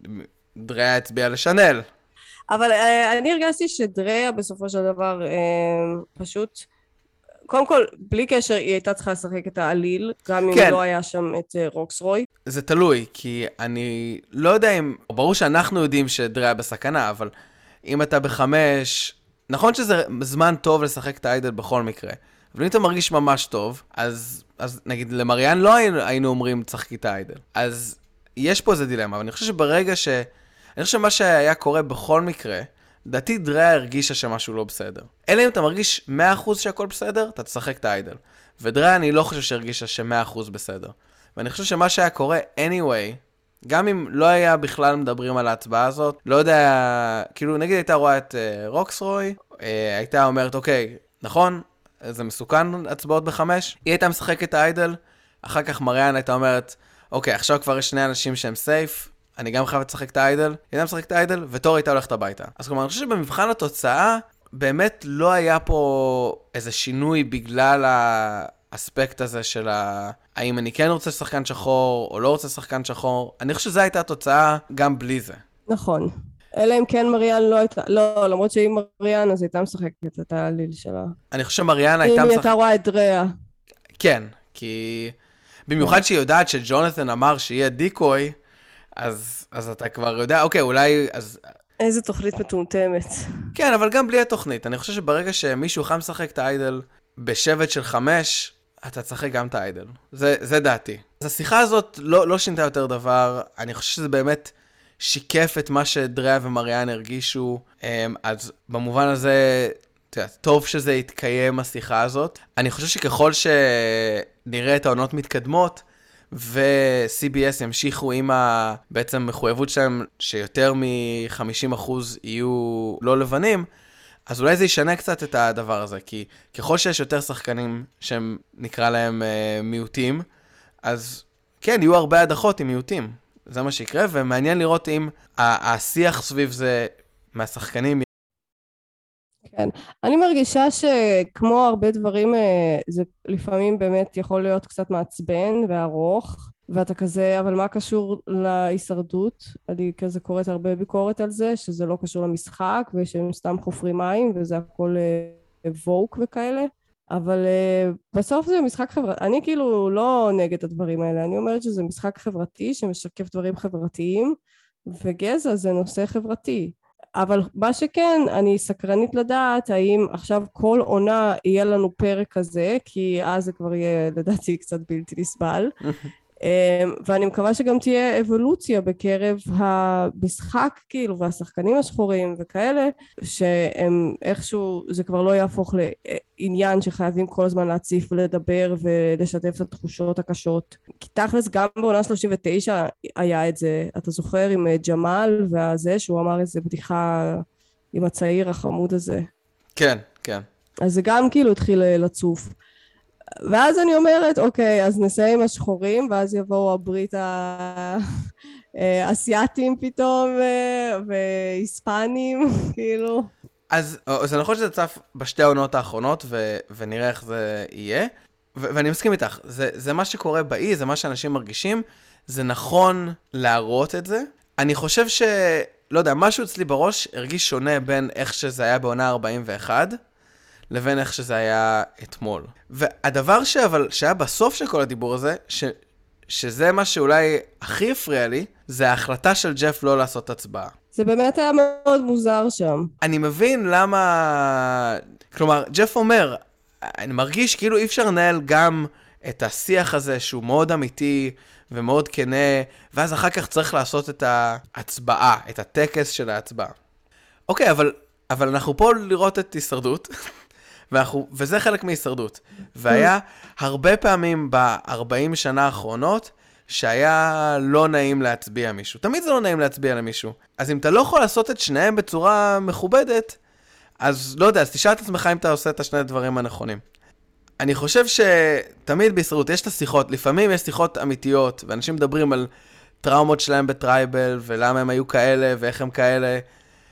דריה הצביע לשנל. אבל אני הרגשתי שדריה בסופו של דבר פשוט, קודם כל, בלי קשר, היא הייתה צריכה לשחק את העליל, גם אם כן. לא היה שם את רוקסרוי. זה תלוי, כי אני לא יודע אם, ברור שאנחנו יודעים שדריה בסכנה, אבל אם אתה בחמש, נכון שזה זמן טוב לשחק את האיידל בכל מקרה, אבל אם אתה מרגיש ממש טוב, אז, אז נגיד למריאן לא היינו, היינו אומרים צחקי את האיידל. אז יש פה איזה דילמה, אבל אני חושב שברגע ש... אני חושב שמה שהיה קורה בכל מקרה, דעתי דריה הרגישה שמשהו לא בסדר. אלא אם אתה מרגיש מאה אחוז שהכל בסדר, אתה תשחק את האיידל. ודריה אני לא חושב שהרגישה ש-מאה אחוז בסדר. ואני חושב שמה שהיה קורה anyway, גם אם לא היה בכלל מדברים על ההצבעה הזאת, לא יודע, כאילו נגיד הייתה רואה את uh, רוקסרוי, uh, הייתה אומרת, אוקיי, נכון, זה מסוכן הצבעות בחמש, היא הייתה משחקת את האיידל, אחר כך מריאן הייתה אומרת, אוקיי, עכשיו כבר יש שני אנשים שהם סייף, אני גם חייבת לשחק את האיידל, היא הייתה משחק את האיידל, ותור הייתה הולכת הביתה. אז כלומר, אני חושב שבמבחן התוצאה, באמת לא היה פה איזה שינוי בגלל האספקט הזה של ה... האם אני כן רוצה שחקן שחור, או לא רוצה שחקן שחור. אני חושב שזו הייתה התוצאה גם בלי זה. נכון. אלא אם כן מריאן לא הייתה... לא, למרות שהיא מריאן, אז הייתה משחקת את העליל שלה. אני חושב שמריאן הייתה משחקת... אם היא משחק... הייתה רואה את דריה. כן, כי... במיוחד שהיא יודעת שג'ונת'ן אמר שיהיה דיקוי, אז, אז אתה כבר יודע, אוקיי, אולי... אז... איזה תוכנית מטומטמת. כן, אבל גם בלי התוכנית. אני חושב שברגע שמישהו חם לשחק את האיידל בשבט של חמש, אתה תשחק גם את האיידל. זה, זה דעתי. אז השיחה הזאת לא, לא שינתה יותר דבר. אני חושב שזה באמת שיקף את מה שדריה ומריאן הרגישו. אז במובן הזה, תראה, טוב שזה יתקיים השיחה הזאת. אני חושב שככל שנראה את העונות מתקדמות, ו-סי בי אס ימשיכו עם ה... בעצם מחויבות שלהם שיותר מ-חמישים אחוז יהיו לא לבנים, אז אולי זה ישנה קצת את הדבר הזה, כי ככל שיש יותר שחקנים שהם נקרא להם אה, מיעוטים, אז כן, יהיו הרבה הדחות עם מיעוטים. זה מה שיקרה, ומעניין לראות אם השיח סביב זה מהשחקנים. כן, אני מרגישה שכמו הרבה דברים, זה לפעמים באמת יכול להיות קצת מעצבן וארוך, ואתה כזה, אבל מה קשור להישרדות? אני כזה קוראת הרבה ביקורת על זה, שזה לא קשור למשחק, ושהם סתם חופרים מים, וזה הכל ווק וכאלה. אבל uh, בסוף זה משחק חברתי, אני כאילו לא נגד הדברים האלה, אני אומרת שזה משחק חברתי שמשקף דברים חברתיים, וגזע זה נושא חברתי. אבל מה שכן, אני סקרנית לדעת האם עכשיו כל עונה יהיה לנו פרק כזה, כי אז זה כבר יהיה לדעתי קצת בלתי נסבל. ואני מקווה שגם תהיה אבולוציה בקרב המשחק כאילו והשחקנים השחורים וכאלה, שהם איכשהו זה כבר לא יהפוך לעניין שחייבים כל הזמן להציף ולדבר ולשתף את התחושות הקשות. כי תכלס גם בעונה שלושים ותשע היה את זה, אתה זוכר, עם ג'מאל והזה שהוא אמר איזה בדיחה עם הצעיר החמוד הזה. כן, כן. אז זה גם כאילו התחיל לצוף. ואז אני אומרת, אוקיי, אז נסיים השחורים, ואז יבואו הברית האסייתים פתאום, והיספנים, כאילו. אז זה נכון שזה צף בשתי העונות האחרונות, ו- ונראה איך זה יהיה. ו- ואני מסכים איתך, זה, זה מה שקורה באי, זה מה שאנשים מרגישים, זה נכון להראות את זה. אני חושב ש... לא יודע, משהו אצלי בראש הרגיש שונה בין איך שזה היה בעונה ארבעים ואחת, לבין איך שזה היה אתמול. והדבר שאבל, שהיה בסוף של כל הדיבור הזה, ש, שזה מה שאולי הכי הפריע לי, זה ההחלטה של ג'ף לא לעשות הצבעה. זה באמת היה מאוד מוזר שם. אני מבין למה... כלומר, ג'ף אומר, אני מרגיש כאילו אי אפשר לנהל גם את השיח הזה שהוא מאוד אמיתי ומאוד כנה, ואז אחר כך צריך לעשות את ההצבעה, את הטקס של ההצבעה. אוקיי, אבל, אבל אנחנו פה לראות את הישרדות, ואנחנו, וזה חלק מהישרדות. והיה הרבה פעמים ב-ארבעים שנה האחרונות, שהיה לא נעים להצביע מישהו. תמיד זה לא נעים להצביע למישהו. אז אם אתה לא יכול לעשות את שניהם בצורה מכובדת, אז לא יודע, אז תשאל את עצמך אם אתה עושה את השני דברים הנכונים. אני חושב שתמיד בישרדות יש את השיחות, לפעמים יש שיחות אמיתיות, ואנשים מדברים על טראומות שלהם בטרייבל, ולמה הם היו כאלה, ואיך הם כאלה,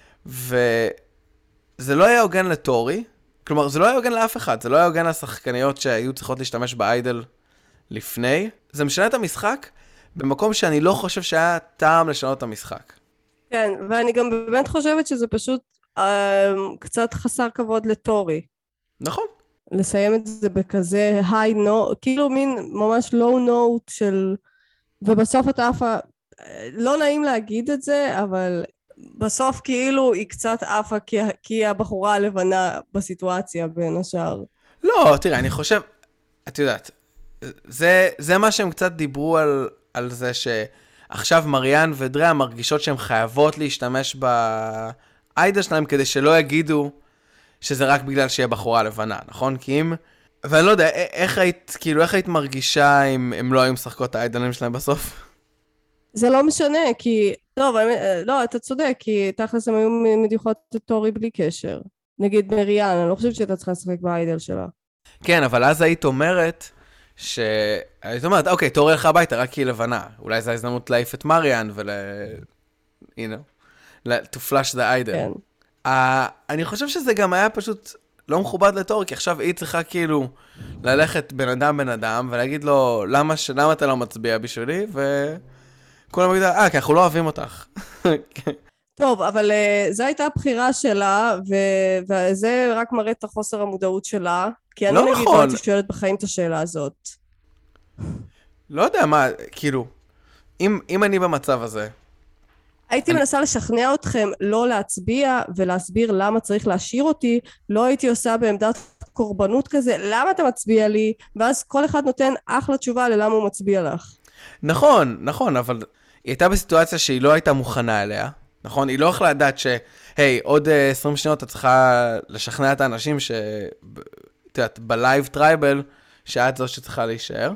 וזה לא היה הוגן לטורי, כלומר, זה לא היה הוגן לאף אחד, זה לא היה הוגן לשחקניות שהיו צריכות להשתמש באיידל לפני. זה משנה את המשחק במקום שאני לא חושב שהיה טעם לשנות את המשחק. כן, ואני גם באמת חושבת שזה פשוט אה, קצת חסר כבוד לטורי. נכון. לסיים את זה בכזה היי נו, כאילו מין ממש לואו נוט של... ובסוף אתה אף... לא נעים להגיד את זה, אבל... בסוף כאילו היא קצת עפה כי, כי היא הבחורה הלבנה בסיטואציה בין השאר. לא, תראה, אני חושב, את יודעת, זה, זה מה שהם קצת דיברו על, על זה שעכשיו מריאן ודריה מרגישות שהן חייבות להשתמש באיידל שלהם כדי שלא יגידו שזה רק בגלל שהיא בחורה לבנה, נכון? כי אם, ואני לא יודע, איך היית, כאילו, איך היית מרגישה אם הם לא היו משחקות האיידלים שלהם בסוף? זה לא משנה, כי... טוב, לא, אתה צודק, כי תכלס הם היו מדיחות את טורי בלי קשר. נגיד מריאן, אני לא חושבת שהייתה צריכה לשחק באיידל שלה. כן, אבל אז היית אומרת, ש... היית אומרת, אוקיי, טורי הלכה הביתה, רק כי היא לבנה. אולי זו ההזדמנות להעיף את מריאן ול... you know, to flash the idol. כן. Uh, אני חושב שזה גם היה פשוט לא מכובד לטורי, כי עכשיו היא צריכה כאילו ללכת בן אדם בן אדם, ולהגיד לו, למה, ש... למה אתה לא מצביע בשבילי? ו... כולם יגידו, אה, כי אנחנו לא אוהבים אותך. טוב, אבל uh, זו הייתה הבחירה שלה, ו- וזה רק מראה את החוסר המודעות שלה, כי אני לא נגיד נכון. לא הייתי שואלת בחיים את השאלה הזאת. לא יודע מה, כאילו, אם, אם אני במצב הזה... הייתי אני... מנסה לשכנע אתכם לא להצביע, ולהסביר למה צריך להשאיר אותי, לא הייתי עושה בעמדת קורבנות כזה, למה אתה מצביע לי, ואז כל אחד נותן אחלה תשובה ללמה הוא מצביע לך. נכון, נכון, אבל היא הייתה בסיטואציה שהיא לא הייתה מוכנה אליה, נכון? היא לא יכלה לדעת ש, היי, עוד עשרים שניות אתה צריכה לשכנע את האנשים ש... את יודעת, בלייב טרייבל, שאת זו שצריכה להישאר.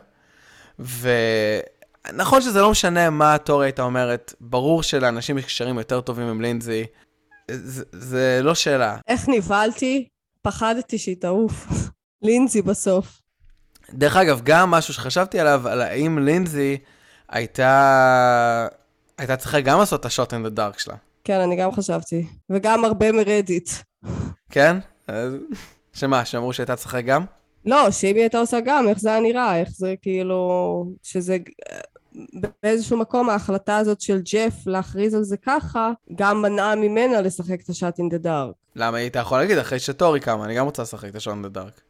ונכון שזה לא משנה מה התיאוריה הייתה אומרת, ברור שלאנשים יש קשרים יותר טובים עם לינזי, זה, זה לא שאלה. איך נבלתי? פחדתי שהיא תעוף. לינזי בסוף. דרך אגב, גם משהו שחשבתי עליו, על האם לינזי הייתה, הייתה צריכה גם לעשות את השוט אין דה דארק שלה. כן, אני גם חשבתי. וגם הרבה מרדיט. כן? שמה, שאמרו שהייתה צריכה גם? לא, שאם היא הייתה עושה גם, איך זה היה נראה, איך זה כאילו, שזה באיזשהו מקום ההחלטה הזאת של ג'ף להכריז על זה ככה, גם מנעה ממנה לשחק את השוט אין דה דארק. למה היא הייתה יכולה להגיד, אחרי שטורי קמה, אני גם רוצה לשחק את השוט אין דה דארק.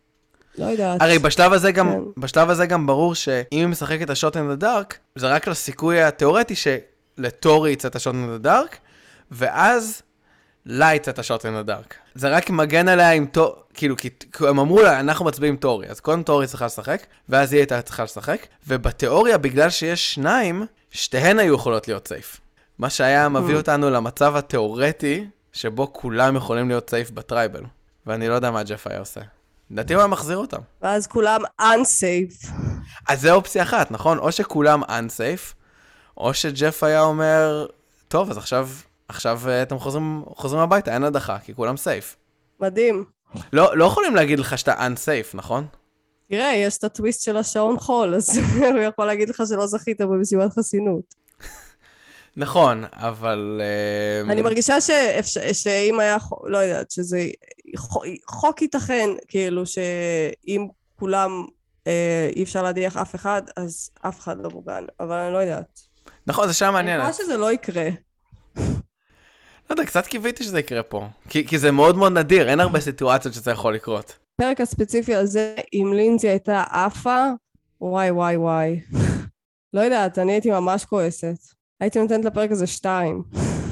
לא יודעת. הרי בשלב הזה גם, כן. בשלב הזה גם ברור שאם היא משחקת את ה-Shot in the Dark, זה רק לסיכוי התיאורטי שלטורי יצא את ה-Shot in the Dark, ואז לה יצא את ה-Shot in the Dark. זה רק מגן עליה עם טורי, כאילו, כי הם אמרו לה, אנחנו מצביעים טורי, אז קודם טורי צריכה לשחק, ואז היא הייתה צריכה לשחק, ובתיאוריה, בגלל שיש שניים, שתיהן היו יכולות להיות סייף. מה שהיה מביא אותנו למצב התיאורטי, שבו כולם יכולים להיות סייף בטרייבל. ואני לא יודע מה ג'ף היה עושה. לדעתי הוא היה מחזיר אותם. ואז כולם unsafe. אז זה אופציה אחת, נכון? או שכולם unsafe, או שג'ף היה אומר, טוב, אז עכשיו, עכשיו אתם חוזרים, חוזרים הביתה, אין הדחה, כי כולם סייף. מדהים. לא, לא יכולים להגיד לך שאתה unsafe, נכון? תראה, יש את הטוויסט של השעון חול, אז הוא יכול להגיד לך שלא זכית במשימת חסינות. נכון, אבל... אני מרגישה שאפשר, שאם היה, לא יודעת, שזה חוק ייתכן, כאילו שאם כולם אה, אי אפשר להדיח אף אחד, אז אף אחד לא מוגן, אבל אני לא יודעת. נכון, זה שם מעניין. אני חושב שזה לא יקרה. לא יודע, קצת קיוויתי שזה יקרה פה, כי, כי זה מאוד מאוד נדיר, אין הרבה סיטואציות שזה יכול לקרות. הפרק הספציפי הזה, אם לינזי הייתה אפה, וואי וואי וואי. לא יודעת, אני הייתי ממש כועסת. הייתי נותנת לפרק הזה שתיים.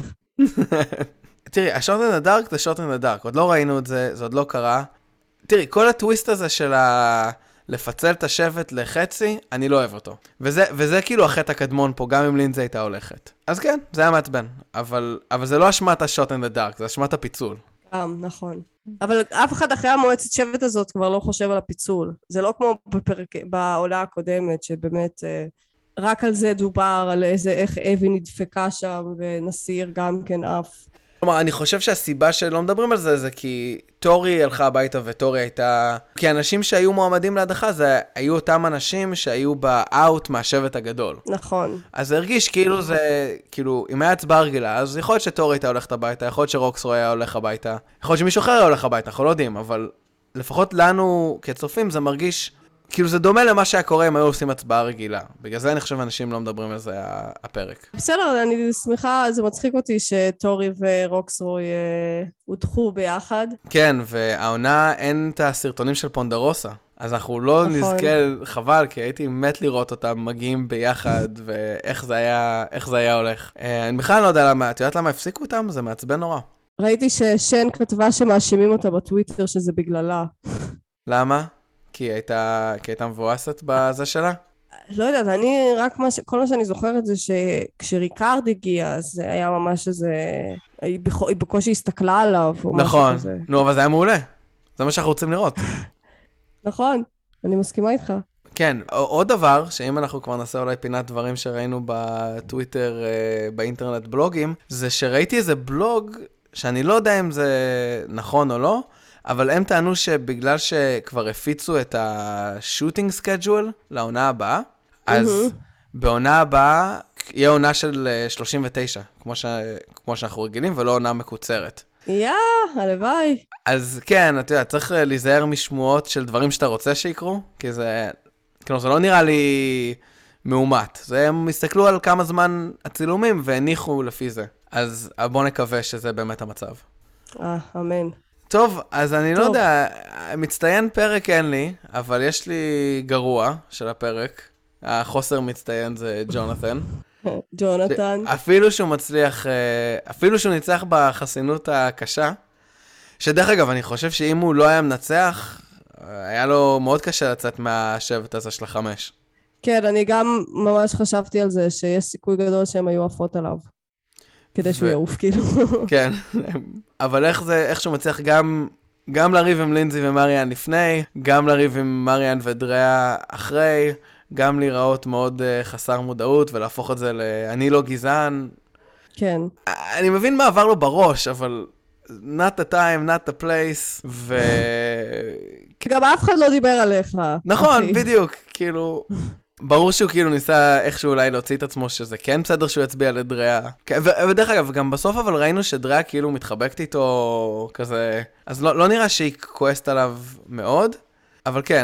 תראי, ה-Shot in the Dark זה Shot in the Dark, עוד לא ראינו את זה, זה עוד לא קרה. תראי, כל הטוויסט הזה של ה... לפצל את השבט לחצי, אני לא אוהב אותו. וזה, וזה כאילו החטא הקדמון פה, גם אם לינזי הייתה הולכת. אז כן, זה היה מעצבן. אבל, אבל זה לא אשמת ה-Shot in the Dark, זה אשמת הפיצול. גם, נכון. אבל אף אחד אחרי המועצת שבט הזאת כבר לא חושב על הפיצול. זה לא כמו בפרק, בעונה הקודמת, שבאמת אה, רק על זה דובר, על איזה, איך אבי נדפקה שם, ונסיר גם כן אף. כלומר, אני חושב שהסיבה שלא מדברים על זה, זה כי טורי הלכה הביתה וטורי הייתה... כי אנשים שהיו מועמדים להדחה, זה היו אותם אנשים שהיו באאוט מהשבט הגדול. נכון. אז זה הרגיש כאילו זה, כאילו, אם היה הצבעה רגילה, אז יכול להיות שטורי הייתה הולכת הביתה, יכול להיות שרוקסרו היה הולך הביתה, יכול להיות שמישהו אחר היה הולך הביתה, אנחנו לא יודעים, אבל לפחות לנו כצופים זה מרגיש... כאילו זה דומה למה שהיה קורה אם היו עושים הצבעה רגילה. בגלל זה אני חושב אנשים לא מדברים על זה הפרק. בסדר, אני שמחה, זה מצחיק אותי שטורי ורוקסרוי הודחו ביחד. כן, והעונה אין את הסרטונים של פונדרוסה. אז אנחנו לא נכון. נזכה, חבל, כי הייתי מת לראות אותם מגיעים ביחד, ואיך זה היה, איך זה היה הולך. אני בכלל לא יודע למה, את יודעת למה הפסיקו אותם? זה מעצבן נורא. ראיתי ששן כתבה שמאשימים אותה בטוויטר שזה בגללה. למה? כי היא הייתה, כי הייתה מבואסת בזה שלה? לא יודעת, אני רק מה ש... כל מה שאני זוכרת זה שכשריקארד הגיע, אז זה היה ממש איזה... היא, בכ... היא בקושי הסתכלה עליו, או נכון. משהו כזה. נו, אבל זה היה מעולה. זה מה שאנחנו רוצים לראות. נכון, אני מסכימה איתך. כן, עוד דבר, שאם אנחנו כבר נעשה אולי פינת דברים שראינו בטוויטר, באינטרנט בלוגים, זה שראיתי איזה בלוג, שאני לא יודע אם זה נכון או לא, אבל הם טענו שבגלל שכבר הפיצו את השוטינג סקייג'ואל לעונה הבאה, אז בעונה הבאה יהיה עונה של שלושים ותשע, כמו, ש... כמו שאנחנו רגילים, ולא עונה מקוצרת. יא, הלוואי. אז כן, אתה יודע, צריך להיזהר משמועות של דברים שאתה רוצה שיקרו, כי זה, כאילו, זה לא נראה לי מאומת. זה, הם הסתכלו על כמה זמן הצילומים והניחו לפי זה. אז בוא נקווה שזה באמת המצב. אה, אמן. טוב, אז אני טוב. לא יודע, מצטיין פרק אין לי, אבל יש לי גרוע של הפרק. החוסר מצטיין זה ג'ונתן. ג'ונתן. אפילו שהוא מצליח, אפילו שהוא ניצח בחסינות הקשה, שדרך אגב, אני חושב שאם הוא לא היה מנצח, היה לו מאוד קשה לצאת מהשבט הזה של החמש. כן, אני גם ממש חשבתי על זה, שיש סיכוי גדול שהם היו עפות עליו. כדי שהוא יעוף, כאילו. כן, אבל איך זה, איך שהוא מצליח גם, גם לריב עם לינזי ומריאן לפני, גם לריב עם מריאן ודריה אחרי, גם להיראות מאוד uh, חסר מודעות, ולהפוך את זה ל... אני לא גזען. כן. אני מבין מה עבר לו בראש, אבל not the time, not the place, ו... גם אף אחד לא דיבר עליך. נכון, אחי. בדיוק, כאילו... ברור שהוא כאילו ניסה איכשהו אולי להוציא את עצמו שזה כן בסדר שהוא יצביע לדריה. ו- ודרך אגב, גם בסוף אבל ראינו שדריה כאילו מתחבקת איתו כזה, אז לא, לא נראה שהיא כועסת עליו מאוד, אבל כן,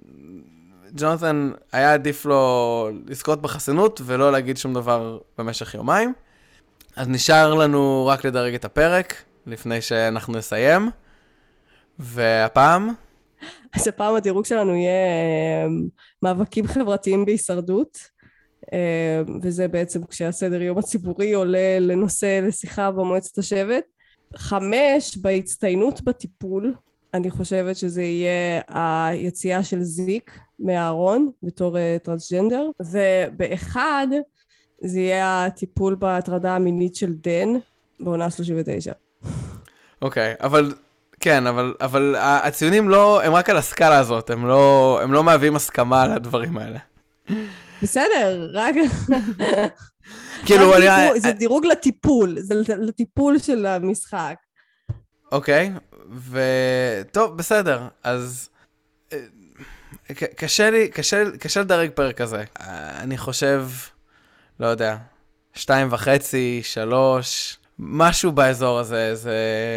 ג'ונתן היה עדיף לו לזכות בחסינות ולא להגיד שום דבר במשך יומיים. אז נשאר לנו רק לדרג את הפרק לפני שאנחנו נסיים, והפעם... אז הפעם הדירוג שלנו יהיה מאבקים חברתיים בהישרדות, וזה בעצם כשהסדר יום הציבורי עולה לנושא לשיחה במועצת השבט. חמש, בהצטיינות בטיפול, אני חושבת שזה יהיה היציאה של זיק מהארון בתור טרנסג'נדר, ובאחד זה יהיה הטיפול בהטרדה המינית של דן בעונה שלושים ותשע. אוקיי, אבל כן, אבל, אבל הציונים לא, הם רק על הסקאלה הזאת, הם לא, הם לא מהווים הסכמה על הדברים האלה. בסדר, רק... כאילו, אני... זה דירוג לטיפול, זה לטיפול של המשחק. אוקיי, וטוב, בסדר, אז קשה לי, קשה, קשה לדרג פרק כזה. אני חושב, לא יודע, שתיים וחצי, שלוש, משהו באזור הזה, זה...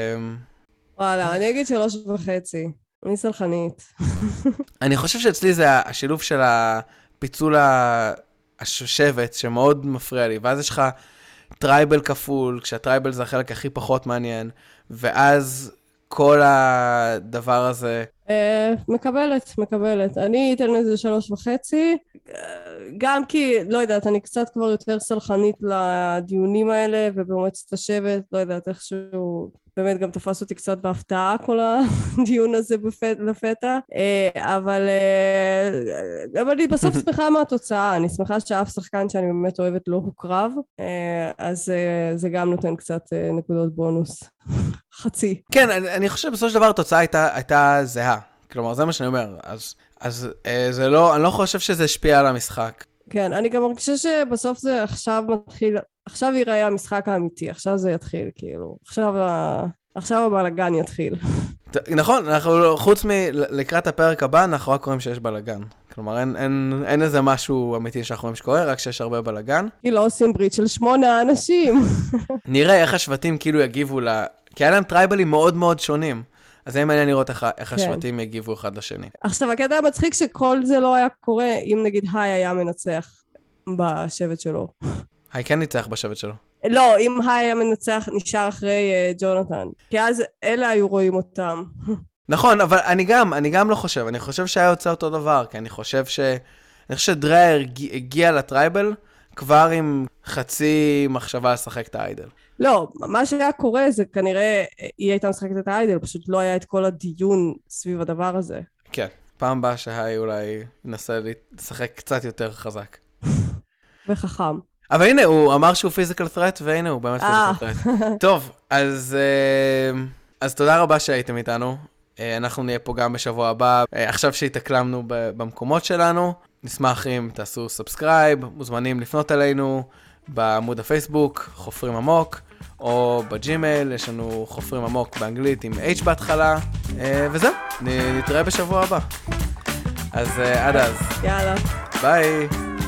וואלה, אני אגיד שלוש וחצי. אני סלחנית. אני חושב שאצלי זה השילוב של הפיצול השושבת, שמאוד מפריע לי, ואז יש לך טרייבל כפול, כשהטרייבל זה החלק הכי פחות מעניין, ואז כל הדבר הזה... מקבלת, מקבלת. אני אתן לזה שלוש וחצי, גם כי, לא יודעת, אני קצת כבר יותר סלחנית לדיונים האלה, ובמועצת השבט, לא יודעת, איכשהו... באמת גם תפס אותי קצת בהפתעה כל הדיון הזה לפתע, אבל אבל אני בסוף שמחה מהתוצאה, אני שמחה שאף שחקן שאני באמת אוהבת לא הוקרב, אז זה גם נותן קצת נקודות בונוס, חצי. כן, אני חושב בסופו של דבר התוצאה הייתה, הייתה זהה, כלומר זה מה שאני אומר, אז, אז זה לא, אני לא חושב שזה השפיע על המשחק. כן, אני גם מרגישה שבסוף זה עכשיו מתחיל, עכשיו ייראה המשחק האמיתי, עכשיו זה יתחיל, כאילו, עכשיו, עכשיו הבלגן יתחיל. נכון, אנחנו חוץ מלקראת הפרק הבא, אנחנו רק קוראים שיש בלגן. כלומר, אין, אין, אין איזה משהו אמיתי שאנחנו רואים שקורה, רק שיש הרבה בלגן. כי לא עושים ברית של שמונה אנשים. נראה איך השבטים כאילו יגיבו לה, כי היה להם טרייבלים מאוד מאוד שונים. אז זה מעניין לראות איך, איך השבטים יגיבו אחד לשני. עכשיו, הקטע המצחיק שכל זה לא היה קורה, אם נגיד היי היה מנצח בשבט שלו. היי כן ניצח בשבט שלו. לא, אם היי היה מנצח, נשאר אחרי uh, ג'ונתן. כי אז אלה היו רואים אותם. נכון, אבל אני גם, אני גם לא חושב. אני חושב שהיה יוצא אותו דבר, כי אני חושב ש... אני חושב שדרייר הגיע לטרייבל כבר עם חצי מחשבה לשחק את האיידל. לא, מה שהיה קורה זה כנראה היא הייתה משחקת את האיידל, פשוט לא היה את כל הדיון סביב הדבר הזה. כן, פעם באה שהי אולי ינסה לשחק קצת יותר חזק. וחכם. אבל הנה, הוא אמר שהוא פיזיקל threat, והנה הוא באמת פיזיקל threat. טוב, אז, אז תודה רבה שהייתם איתנו. אנחנו נהיה פה גם בשבוע הבא. עכשיו שהתאקלמנו במקומות שלנו, נשמח אם תעשו סאבסקרייב, מוזמנים לפנות אלינו בעמוד הפייסבוק, חופרים עמוק, או בג'ימייל, יש לנו חופרים עמוק באנגלית עם H בהתחלה, וזהו, נתראה בשבוע הבא. אז עד אז. יאללה. ביי.